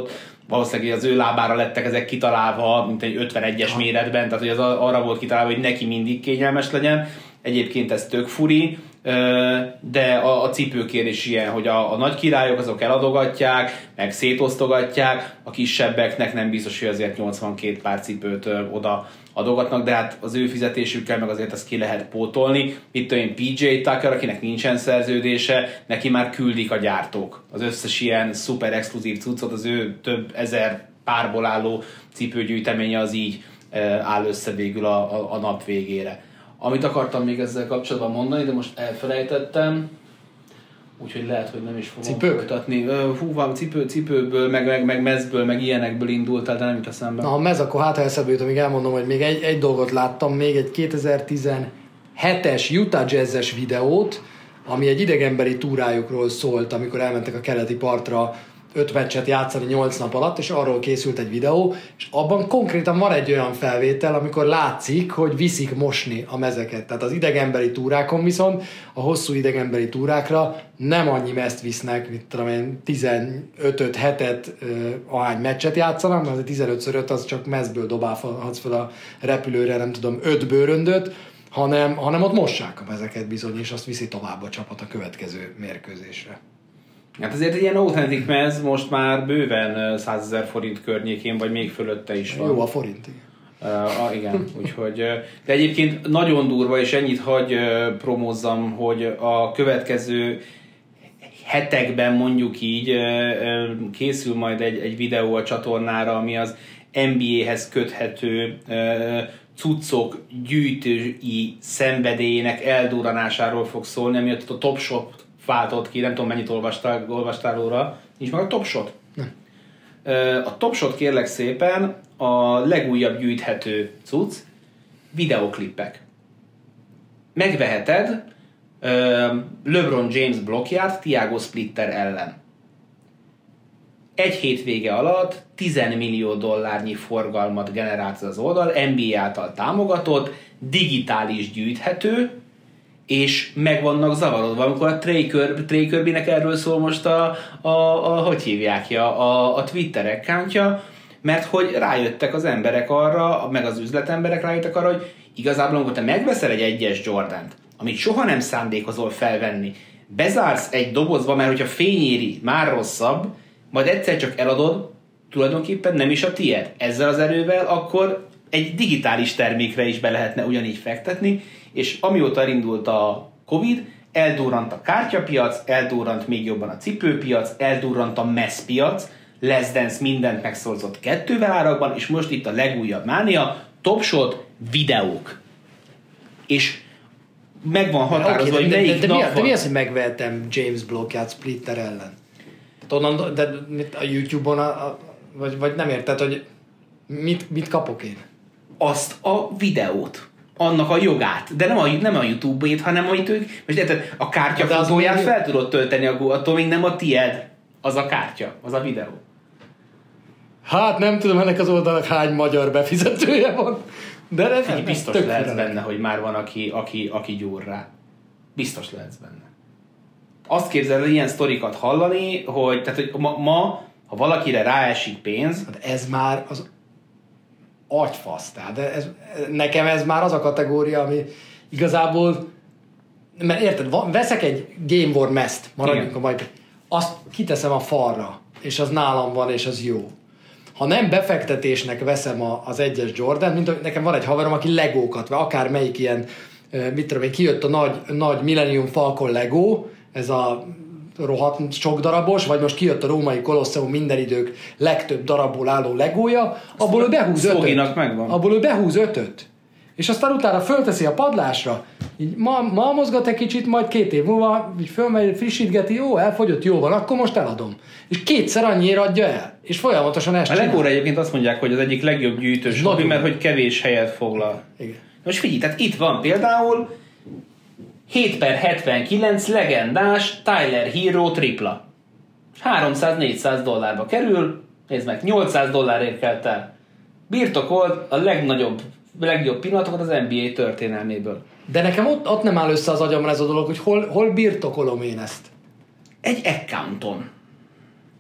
S3: valószínűleg az ő lábára lettek ezek kitalálva, mint egy ötvenegyes méretben, tehát hogy az arra volt kitalálva, hogy neki mindig kényelmes legyen. Egyébként ez tök furi, de a, a cipőkérés ilyen, hogy a, a nagy királyok azok eladogatják, meg szétosztogatják, a kisebbeknek nem biztos, hogy azért nyolcvankét pár cipőt oda adogatnak, de hát az ő fizetésükkel meg azért ezt ki lehet pótolni. Itt olyan pé jé Tucker, akinek nincsen szerződése, neki már küldik a gyártók. Az összes ilyen szuper exkluzív cuccot, az ő több ezer párból álló cipőgyűjteménye az így áll össze végül a, a, a nap végére. Amit akartam még ezzel kapcsolatban mondani, de most elfelejtettem, úgyhogy lehet, hogy nem is fogom
S2: Cipők?
S3: folytatni. Hú, van cipő, cipőből, meg, meg, meg mezből, meg ilyenekből indultál, de nem jut eszembe.
S2: Na, ha mez, akkor hát ha eszembe jut, amíg elmondom, hogy még egy, egy dolgot láttam, még egy kétezer-tizenhetes Utah Jazz-es videót, ami egy idegenbeli túrájukról szólt, amikor elmentek a keleti partra öt meccset játszani nyolc nap alatt, és arról készült egy videó, és abban konkrétan van egy olyan felvétel, amikor látszik, hogy viszik mosni a mezeket. Tehát az idegenbeli túrákon viszont a hosszú idegenbeli túrákra nem annyi mezt visznek, mint tudom én, tizenöt hetet ahány meccset játszanak, mert az tizenöt öt az csak mezből dobálhatsz fel a repülőre, nem tudom, öt bőröndöt, hanem, hanem ott mossák a mezeket bizony, és azt viszi tovább a csapat a következő mérkőzésre.
S3: Hát azért egy ilyen authentic mez most már bőven százezer forint környékén, vagy még fölötte is van.
S2: Jó a forint.
S3: Uh, ah, igen, úgyhogy... De egyébként nagyon durva, és ennyit hagy uh, promózzam, hogy a következő hetekben mondjuk így uh, uh, készül majd egy, egy videó a csatornára, ami az en bé á-hez köthető uh, cuccok gyűjtői szenvedélyének eldurranásáról fog szólni, ami a Top Shop váltott ki, nem tudom mennyit olvastál, olvastál óra. Nincs meg a Top Shot?
S2: Nem.
S3: A Top Shot kérlek szépen a legújabb gyűjthető cucc, videoklippek. Megveheted LeBron James blokkját Thiago Splitter ellen. Egy hétvége alatt tíz millió dollárnyi forgalmat generált az oldal, en bé á által támogatott, digitális gyűjthető, és meg vannak zavarodva, amikor a Trey Kirbynek erről szól most a, a, a hogy hívják ja, a, a Twitter accountja, mert hogy rájöttek az emberek arra, meg az üzletemberek rájöttek arra, hogy igazából amikor te megveszel egy egyes Jordant, amit soha nem szándékozol felvenni, bezársz egy dobozba, mert hogyha fényéri, már rosszabb, majd egyszer csak eladod, tulajdonképpen nem is a tied. Ezzel az erővel akkor egy digitális termékre is be lehetne ugyanígy fektetni, és amióta elindult a Covid, eldurrant a kártyapiac, eldurrant még jobban a cipőpiac, eldurrant a messzpiac, Let's Dance mindent megszorzott kettővel árakban, és most itt a legújabb mánia, Top Shot videók. És meg van határozva,
S2: okay,
S3: hogy
S2: de,
S3: melyik
S2: de, de,
S3: nap
S2: mi,
S3: van.
S2: de mi az, hogy megvehetem James blokkját Splitter ellen? Onnan, de a YouTube-on, a, a, vagy, vagy nem érted, hogy mit, mit kapok én?
S3: Azt a videót. Annak a jogát. De nem a, nem a YouTube-ét, hanem amit ők... Most érted, a kártyafotóját az fel tudod tölteni, attól még nem a tied. Az a kártya, az a videó.
S2: Hát nem tudom, ennek az oldalnak hány magyar befizetője van. De ez
S3: nem, biztos
S2: ez
S3: lehetsz
S2: fürelek.
S3: benne, hogy már van, aki, aki, aki gyúr rá. Biztos lehetsz benne. Azt képzeld, hogy ilyen sztorikat hallani, hogy, tehát, hogy ma, ma, ha valakire ráesik pénz...
S2: Hát ez már az agyfasz. Tehát ez, nekem ez már az a kategória, ami igazából... Mert érted, veszek egy Game War Mest, maradjunk a majd, azt kiteszem a falra, és az nálam van, és az jó. Ha nem befektetésnek veszem a, az egyes Jordan, mint hogy nekem van egy haverom, aki legókat, vagy akár melyik ilyen, mit tudom én, kijött a nagy, nagy Millennium Falcon Lego, ez a rohadt sok darabos, vagy most kijött a római Kolosseum minden idők legtöbb darabból álló legója, abból ő behúz ötöt.
S3: Megvan.
S2: Abból ő behúz ötöt. És aztán utána fölteszi a padlásra, így ma, ma mozgat egy kicsit, majd két év múlva így fölmegy, frissítgeti, jó, elfogyott, jó van, akkor most eladom. És kétszer annyira adja el. És folyamatosan ezt
S3: A
S2: csinál.
S3: Legóra egyébként azt mondják, hogy az egyik legjobb gyűjtős hobbi, mert hogy kevés helyet foglal.
S2: Igen.
S3: Most figyelj, tehát itt van például hét per hetvenkilenc legendás Tyler Hero tripla. háromszáz-négyszáz dollárba kerül, nézd meg, nyolcszáz dollárért kelt el. Birtokolt a legnagyobb, legjobb pillanatokat az en bé á történelméből.
S2: De nekem ott, ott nem áll össze az agyamra ez a dolog, hogy hol, hol birtokolom én ezt.
S3: Egy accounton.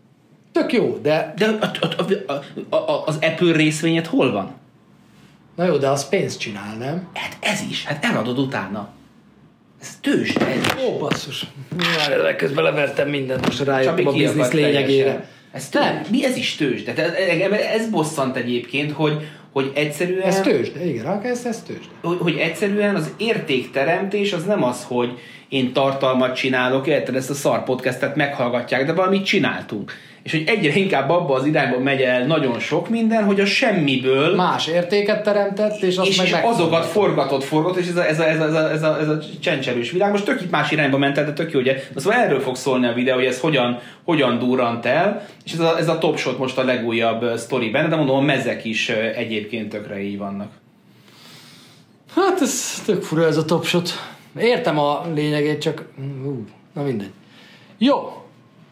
S2: Tök jó, de...
S3: De a, a, a, a, az Apple részvényed hol van?
S2: Na jó, de az pénzt csinál, nem?
S3: Hát ez is, hát eladod utána. Ez tőzsde, ez is.
S2: Ó, basszus. Már közben levertem mindent, most rájöttem a
S3: ki
S2: biznisz
S3: akart
S2: lényegére.
S3: teljesen. Ez tőzsde. Mi ez is tőzsde? Tehát ez bosszant egyébként, hogy, hogy egyszerűen...
S2: Ez tőzsde, igen, ha ez, ez tőzsde.
S3: Hogy, hogy egyszerűen az értékteremtés az nem az, hogy én tartalmat csinálok, érted, ezt a szar podcastet meghallgatják, de valamit csináltunk. És hogy egyre inkább abba az irányba megy el nagyon sok minden, hogy a semmiből...
S2: Más értéket teremtett, és azt
S3: és,
S2: meg
S3: és azokat forgatott, forgatott, és ez a, ez, a, ez, a, ez, a, ez, a, ez a csencserős világ. Most tök itt más irányba ment el, de tök jó, ugye? Szóval erről fog szólni a videó, hogy ez hogyan, hogyan durrant el, és ez a, ez a Top Shot most a legújabb sztori benne, de mondom, a mezek is egyébként tökre így vannak.
S2: Hát ez tök fura ez a Top Shot. Értem a lényegét, csak... Hú, na mindegy. Jó.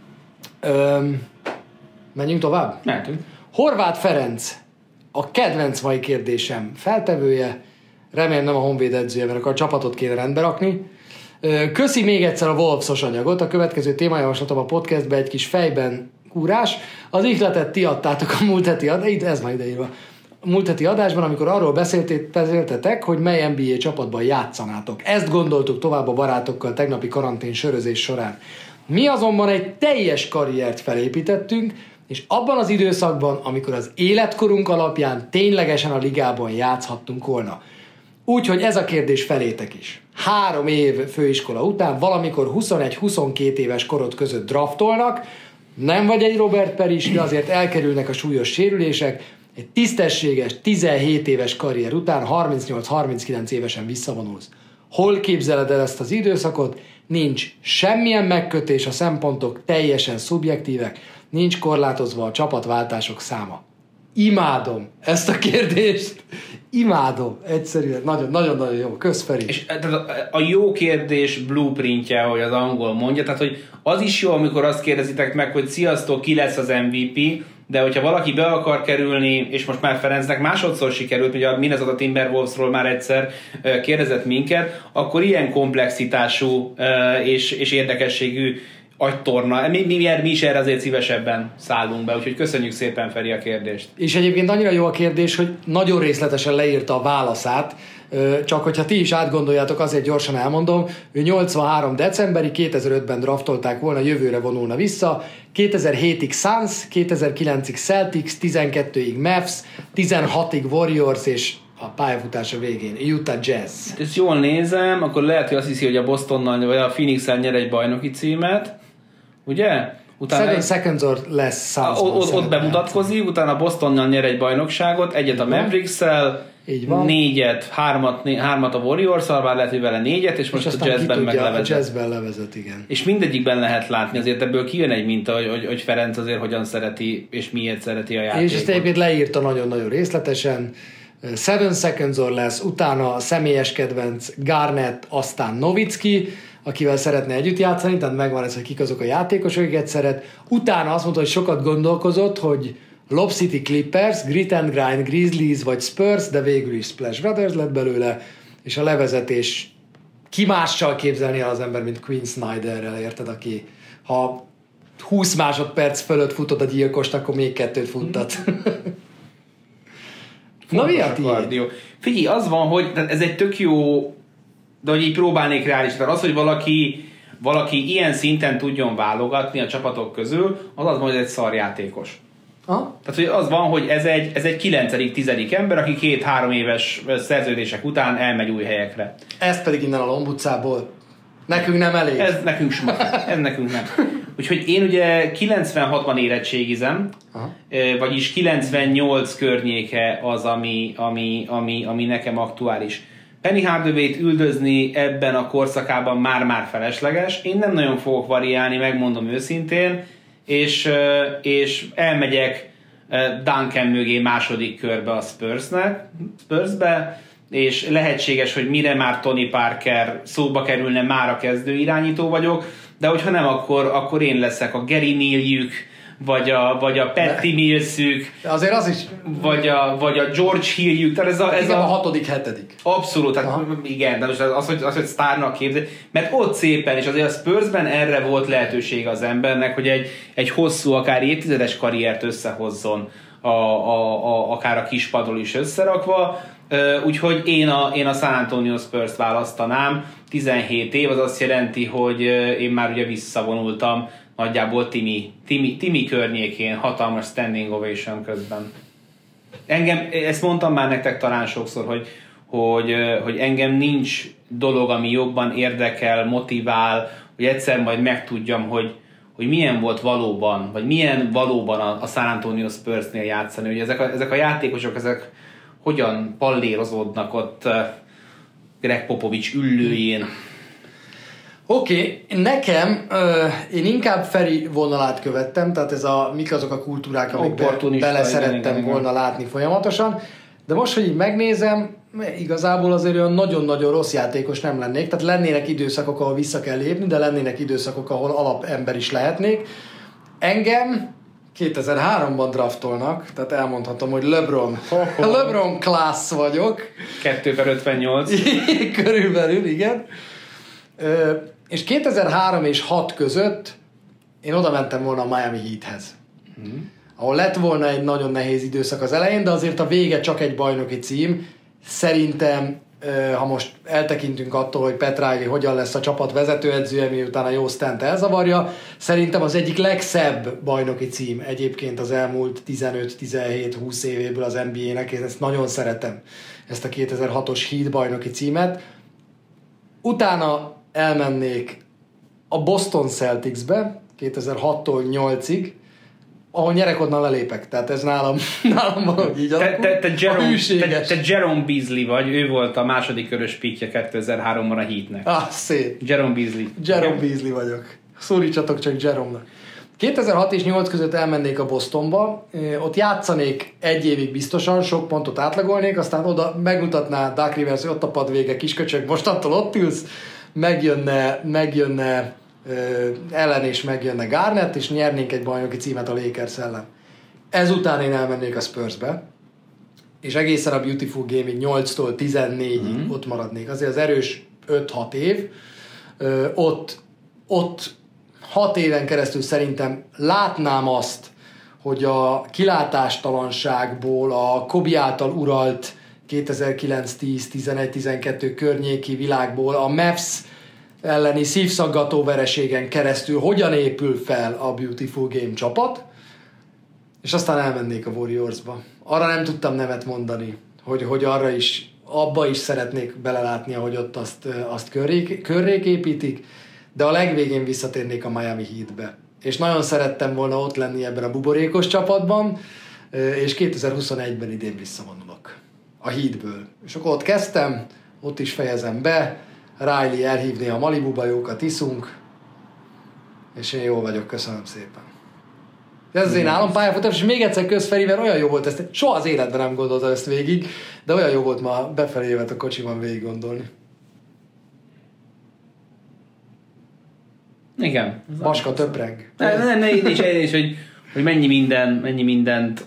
S2: Öm, menjünk tovább?
S3: Mehetünk.
S2: Horváth Ferenc, a kedvenc mai kérdésem feltevője. Remélem nem a Honvéd edzője, mert akkor a csapatot kéne rendbe rakni. Köszi még egyszer a Wolfsos anyagot. A következő témájavaslatom a podcastbe egy kis fejben kúrás. Az ihletet ti adtátok a múlt heti adásban, ez már ideírva. A múlt heti adásban, amikor arról beszéltetek, hogy mely en bé á csapatban játszanátok. Ezt gondoltuk tovább a barátokkal tegnapi karantén sörözés során. Mi azonban egy teljes karriert felépítettünk, és abban az időszakban, amikor az életkorunk alapján ténylegesen a ligában játszhattunk volna. Úgyhogy ez a kérdés felétek is. Három év főiskola után valamikor huszonegy-huszonkét éves korod között draftolnak, nem vagy egy Robert Peris, de azért elkerülnek a súlyos sérülések, egy tisztességes tizenhét éves karrier után harmincnyolc-harminckilenc évesen visszavonulsz. Hol képzeled el ezt az időszakot? Nincs semmilyen megkötés, a szempontok teljesen szubjektívek, nincs korlátozva a csapatváltások száma. Imádom ezt a kérdést. Imádom. Egyszerűen. Nagyon-nagyon jó. Kösz, Feri.
S3: És a jó kérdés blueprintje, hogy az angol mondja, tehát hogy az is jó, amikor azt kérdezitek meg, hogy sziasztok, ki lesz az em vé pé, de hogyha valaki be akar kerülni, és most már Ferencnek másodszor sikerült, ugye a Minnesota Timberwolvesról már egyszer kérdezett minket, akkor ilyen komplexitású és, és érdekességű agytorna. Mi, mi, mi is erre azért szívesebben szállunk be, úgyhogy köszönjük szépen, Feri, a kérdést.
S2: És egyébként annyira jó a kérdés, hogy nagyon részletesen leírta a válaszát, csak hogyha ti is átgondoljátok, azért gyorsan elmondom, ő nyolcvanhárom decemberi, kétezer-ötben draftolták volna, jövőre vonulna vissza, kétezer-hétig Suns, kétezer-kilencig Celtics, tizenkettőig Mavs, tizenhatig Warriors, és a pályafutása végén Utah Jazz.
S3: Ezt jól nézem, akkor lehet, hogy azt hiszi, hogy a Bostonnal vagy a Phoenix-el nyer egy bajnoki címet, ugye?
S2: Utána Seven egy... seconds or less Suns.
S3: Ott, ott bemutatkozik, utána Bostonnal nyer egy bajnokságot, egyet a Mavericks-el, négyet, hármat, né, hármat a Warriors-al, bár lehet, hogy vele négyet, és, és most a Jazzben meglevezet.
S2: A Jazzben levezet, igen.
S3: És mindegyikben lehet látni, azért ebből kijön egy minta, hogy, hogy, hogy Ferenc azért hogyan szereti, és miért szereti a játékot.
S2: És ezt egyébként leírta nagyon-nagyon részletesen. Seven seconds or less, utána a személyes kedvenc Garnett, aztán Nowitzki, akivel szeretne együtt játszani, tehát megvan ez, hogy kik azok a játékosok, akiket szeret. Utána azt mondta, hogy sokat gondolkozott, hogy Lob City Clippers, Grit and Grind, Grizzlies vagy Spurs, de végül is Splash Brothers lett belőle, és a levezetés ki mással képzelni az ember, mint Quinn Snyderrel, érted, aki ha húsz másodperc fölött futod a gyilkost, akkor még kettőt futtat. Na mi a tiéd?
S3: Figyelj, az van, hogy ez egy tök jó, de hogy így próbálnék reális. Tehát az, hogy valaki, valaki ilyen szinten tudjon válogatni a csapatok közül, az az, hogy ez egy szarjátékos.
S2: Aha.
S3: Tehát hogy az van, hogy ez egy, ez egy kilencedik, tizedik ember, aki két-három éves szerződések után elmegy új helyekre.
S2: Ez pedig innen a Lomb utcából. Nekünk nem elég.
S3: Ez nekünk sem. Ez nekünk nem. Úgyhogy én ugye kilencvenhatban érettségizem, aha, vagyis kilencvennyolc környéke az, ami, ami, ami, ami nekem aktuális. Penny Hardaway-t üldözni ebben a korszakában már-már felesleges. Én nem nagyon fogok variálni, megmondom őszintén, és, és elmegyek Duncan mögé második körbe a Spursnek, Spursbe, és lehetséges, hogy mire már Tony Parker szóba kerülne, már a kezdő irányító vagyok, de hogyha nem, akkor, akkor én leszek a Gary Neal-jük, vagy a, vagy a Patty Millsük,
S2: azért az is...
S3: vagy a, vagy a George Hilljuk, tehát ez a... Ez
S2: igen, a,
S3: a
S2: hatodik, hetedik.
S3: Abszolút, tehát igen, de most az, hogy, az, hogy sztárnak képzel, mert ott szépen, és azért a Spursben erre volt lehetősége az embernek, hogy egy, egy hosszú, akár évtizedes karriert összehozzon, a, a, a, akár a kispadról is összerakva, úgyhogy én a, én a San Antonio Spurs-t választanám. tizenhét év, az azt jelenti, hogy én már ugye visszavonultam nagyjából Timi, Timi, Timi környékén, hatalmas standing ovation közben. Engem, ezt mondtam már nektek talán sokszor, hogy, hogy, hogy engem nincs dolog, ami jobban érdekel, motivál, hogy egyszer majd megtudjam, hogy, hogy milyen volt valóban, vagy milyen valóban a, a San Antonio Spursnél játszani, hogy ezek a, ezek a játékosok, ezek hogyan pallérozódnak ott uh, Greg Popovich üllőjén.
S2: Oké, okay. Nekem, uh, én inkább Feri vonalát követtem, tehát ez a, mik azok a kultúrák, amikbe beleszerettem igen, volna igen. látni folyamatosan, de most, hogy így megnézem, igazából azért olyan nagyon-nagyon rossz játékos nem lennék, tehát lennének időszakok, ahol vissza kell lépni, de lennének időszakok, ahol alapember is lehetnék. Engem kétezer-háromban draftolnak, tehát elmondhatom, hogy LeBron. LeBron class vagyok.
S3: kettő per ötvennyolc.
S2: Körülbelül, igen. Ö, és kétezer-három és hat között én oda mentem volna a Miami Heathez. Mm. Ahol lett volna egy nagyon nehéz időszak az elején, de azért a vége csak egy bajnoki cím. Szerintem, ha most eltekintünk attól, hogy Pat Riley hogyan lesz a csapat vezetőedzője, miután a jó Stant elzavarja, szerintem az egyik legszebb bajnoki cím egyébként az elmúlt tizenöt-tizenhét-húsz évéből az en bé á-nek, én ezt nagyon szeretem, ezt a kétezer-hatos Heat bajnoki címet. Utána elmennék a Boston Celticsbe kétezer-hattól nyolcig, ahol nyerek, onnan lelépek. Tehát ez nálam, nálam valahogy így alakul.
S3: Te, te, te, Jerome, te, te Jerome Beasley vagy, ő volt a második körös pickje kétezer-háromban a Heatnek.
S2: Ah, szép.
S3: Jerome Beasley.
S2: Jerome okay. Beasley vagyok. Szólítsatok csak Jerome-nak. kétezer-hat és nyolc között elmennék a Bostonba, ott játszanék egy évig biztosan, sok pontot átlagolnék, aztán oda megmutatná Doug Rivers, hogy ott a pad vége, kisköcsög, most attól ott ülsz, megjönne, megjönne ellen és megjönne Garnett, és nyernénk egy bajnoki címet a Lakers ellen. Ezután én elmennék a Spursbe, és egészen a Beautiful Game-ig nyolctól tizennégyig mm-hmm. ott maradnék. Azért az erős öt-hat év. Ö, ott, ott hat éven keresztül szerintem látnám azt, hogy a kilátástalanságból, a Kobe által uralt kétezer-kilenc-tíz-tizenegy-tizenkettő környéki világból, a Mavs elleni szívszaggató vereségen keresztül hogyan épül fel a Beautiful Game csapat, és aztán elmennék a Warriorsba. Arra nem tudtam nemet mondani, hogy, hogy arra is, abba is szeretnék belelátni, ahogy ott azt, azt körrék, körrék építik, de a legvégén visszatérnék a Miami Heatbe. És nagyon szerettem volna ott lenni ebben a buborékos csapatban, és kétezer-huszonegyben idén visszavonulok a Heatből. És akkor ott kezdtem, ott is fejezem be, Riley elhívné a Malibuba, jókat iszunk, és én jól vagyok, köszönöm szépen. Ez az én állampályafutás, és még egyszer közfelé, mert olyan jó volt ezt, soha az életben nem gondoltam ezt végig, de olyan jó volt ma befelé jövet a kocsiban végig gondolni.
S3: Igen.
S2: Baska töpreg.
S3: Ne, ne, ne, én is, én is hogy, hogy mennyi, minden, mennyi mindent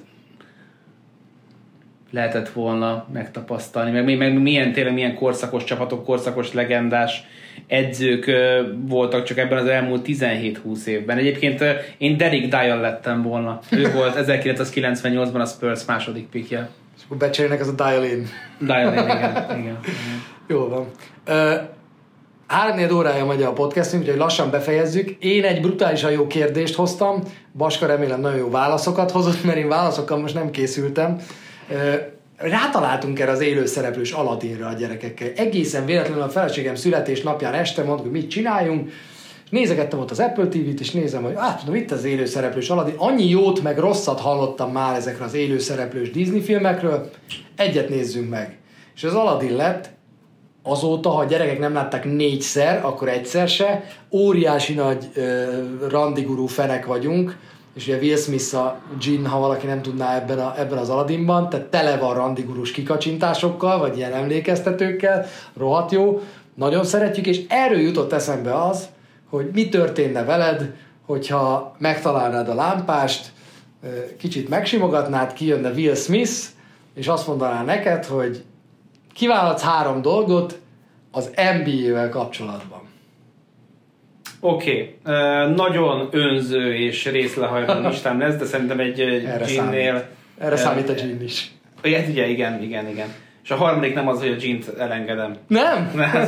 S3: lehetett volna megtapasztalni, meg, meg milyen, tényleg milyen korszakos csapatok, korszakos legendás edzők voltak csak ebben az elmúlt tizenhét-húsz évben. Egyébként én Derek Dial lettem volna. Ő volt ezerkilencszázkilencvennyolcban a Spurs második pickje.
S2: És akkor becserélnek az a Dial-in.
S3: Dial-in, igen, igen, igen.
S2: Jó van. Uh, Három-négy órája megy a podcastünk, úgyhogy lassan befejezzük. Én egy brutálisan jó kérdést hoztam. Baska remélem nagyon jó válaszokat hozott, mert én válaszokkal most nem készültem. Rátaláltunk erre az élőszereplős Aladdinra a gyerekekkel. Egészen véletlenül a feleségem születésnapján este mondtuk, hogy mit csináljunk. Nézegettem ott az Apple té vét, és nézem, hogy hát tudom, itt az élőszereplős Aladdin. Annyi jót meg rosszat hallottam már ezekről az élőszereplős Disney filmekről. Egyet nézzünk meg. És az Aladdin lett azóta, ha a gyerekek nem látták négyszer, akkor egyszer se. Óriási nagy uh, randigurú fenek vagyunk, és ugye Will Smith a Jin, ha valaki nem tudná ebben, a, ebben az Aladdinban, tehát tele van randigurus kikacsintásokkal, vagy ilyen emlékeztetőkkel, rohadt jó, nagyon szeretjük, és erről jutott eszembe az, hogy mi történne veled, hogyha megtalálnád a lámpást, kicsit megsimogatnád, kijönne Will Smith, és azt mondaná neked, hogy kiváladsz három dolgot az en bé á-vel kapcsolatban.
S3: Oké, okay. uh, nagyon önző és részlehajló listám lesz, de szerintem egy
S2: Erre
S3: ginnél...
S2: Számít. Erre uh, számít a gin is.
S3: Igen, ugye, igen, igen, igen. És a harmadik nem az, hogy a gint elengedem.
S2: Nem?
S3: Nem.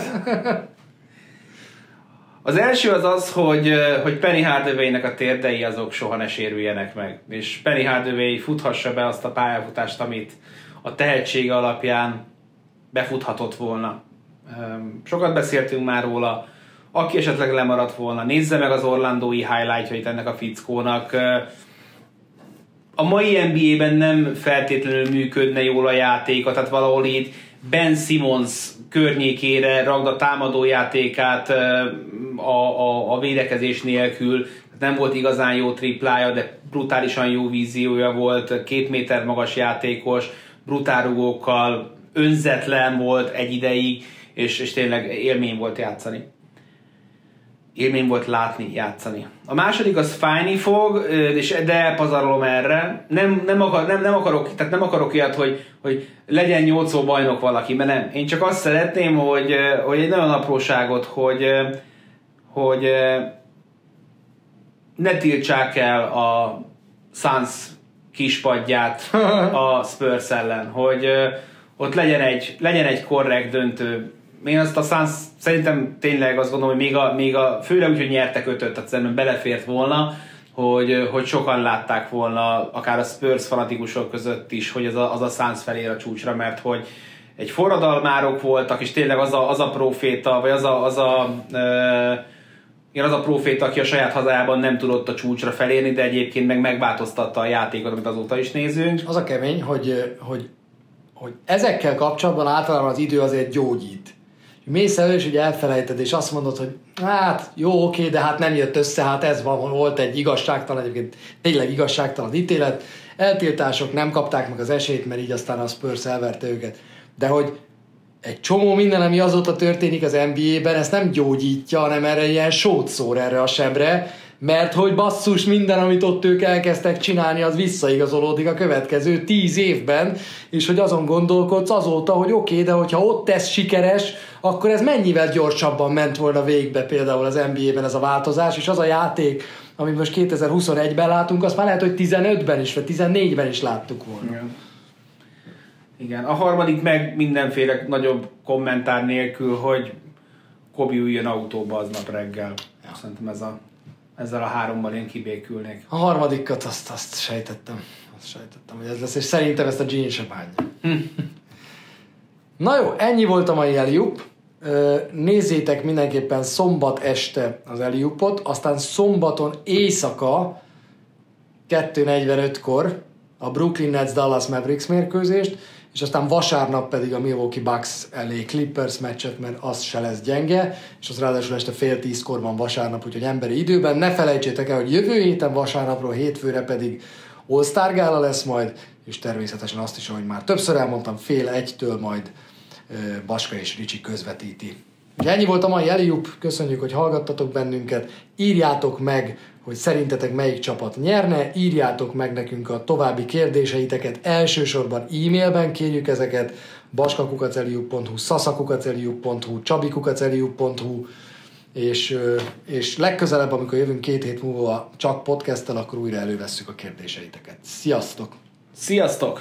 S3: Az első az az, hogy, hogy Penny Hardaway-nek a térdei azok soha ne sérüljenek meg. És Penny Hardaway futhassa be azt a pályafutást, amit a tehetsége alapján befuthatott volna. Sokat beszéltünk már róla. Aki esetleg lemaradt volna, nézze meg az orlandói highlightjait ennek a fickónak. A mai en bé á-ben nem feltétlenül működne jól a játéka, tehát valahol itt Ben Simmons környékére ragd a támadójátékát a, a, a védekezés nélkül. Nem volt igazán jó triplája, de brutálisan jó víziója volt, két méter magas játékos, brutál rugókkal, önzetlen volt egy ideig, és, és tényleg élmény volt játszani. Élmény volt látni, játszani. A második az fájni fog, és de elpazarolom erre. Nem, nem, akar, nem, nem, akarok, tehát nem akarok ilyet, hogy, hogy legyen nyolcszó bajnok valaki, mert nem. Én csak azt szeretném, hogy, hogy egy nagyon apróságot, hogy, hogy ne tiltsák el a Suns kispadját a Spurs ellen, hogy ott legyen egy, legyen egy korrekt döntő. Én azt a Suns szerintem tényleg azt gondolom, hogy még a, még a főleg úgy, hogy nyertek ötöt, tehát szerintem belefért volna, hogy, hogy sokan látták volna, akár a Spurs fanatikusok között is, hogy az a, az a Suns felér a csúcsra, mert hogy egy forradalmárok voltak, és tényleg az a, az a proféta, vagy az a, az a e, igen, az a proféta, aki a saját hazájában nem tudott a csúcsra felérni, de egyébként meg megváltoztatta a játékot, amit azóta is nézünk.
S2: Az a kemény, hogy, hogy, hogy ezekkel kapcsolatban általában az idő azért gyógyít. Mész elő, és ugye elfelejted, és azt mondod, hogy hát jó, oké, de hát nem jött össze, hát ez van, volt egy igazságtalan, egyébként tényleg igazságtalan ítélet, eltiltások, nem kapták meg az esélyt, mert így aztán a Spurs elverte őket. De hogy egy csomó minden, ami azóta történik az en bé á-ben, ezt nem gyógyítja, hanem erre ilyen sót szór erre a sebre, mert hogy basszus, minden, amit ott ők elkezdtek csinálni, az visszaigazolódik a következő tíz évben, és hogy azon gondolkodsz azóta, hogy oké, okay, de hogyha ott ez sikeres, akkor ez mennyivel gyorsabban ment volna végbe például az en bé á-ben ez a változás, és az a játék, amit most kétezer-huszonegyben látunk, azt már lehet, hogy tizenötben is, vagy tizennégyben is láttuk volna.
S3: Igen. Igen. A harmadik meg mindenféle nagyobb kommentár nélkül, hogy Kobe üljön autóba aznap reggel. Ja. Szerintem ez a Ezzel a hárommal én kibékülnék.
S2: A harmadikat azt, azt sejtettem. Azt sejtettem, hogy ez lesz, és szerintem ezt a Gene se bánja. Hm. Na jó, ennyi volt a mai Alley-oop. Nézzétek mindenképpen szombat este az Alley-oopot, aztán szombaton éjszaka kettő negyvenötkor a Brooklyn Nets Dallas Mavericks mérkőzést, és aztán vasárnap pedig a Milwaukee Bucks elé Clippers meccset, mert az se lesz gyenge, és az ráadásul este fél tízkor van vasárnap, úgyhogy emberi időben. Ne felejtsétek el, hogy jövő héten vasárnapról hétfőre pedig All-Star Gála lesz majd, és természetesen azt is, ahogy már többször elmondtam, fél egytől majd Baska és Ricsi közvetíti. Úgyhogy ennyi volt a mai Alley-oop, köszönjük, hogy hallgattatok bennünket, írjátok meg, hogy szerintetek melyik csapat nyerne, írjátok meg nekünk a további kérdéseiteket, elsősorban e-mailben kérjük ezeket, baskakukaceliup pont hu, szaszakukaceliup pont hu, csabikukaceliup pont hu, és, és legközelebb, amikor jövünk két hét múlva csak podcasttel, akkor újra elővesszük a kérdéseiteket. Sziasztok!
S3: Sziasztok!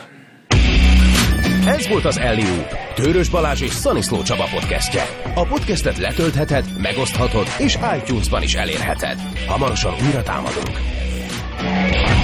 S1: Ez volt az Alley-oop, Tőrös Balázs és Szaniszló Csaba podcastje. A podcastet letöltheted, megoszthatod és iTunes-ban is elérheted. Hamarosan újra támadunk.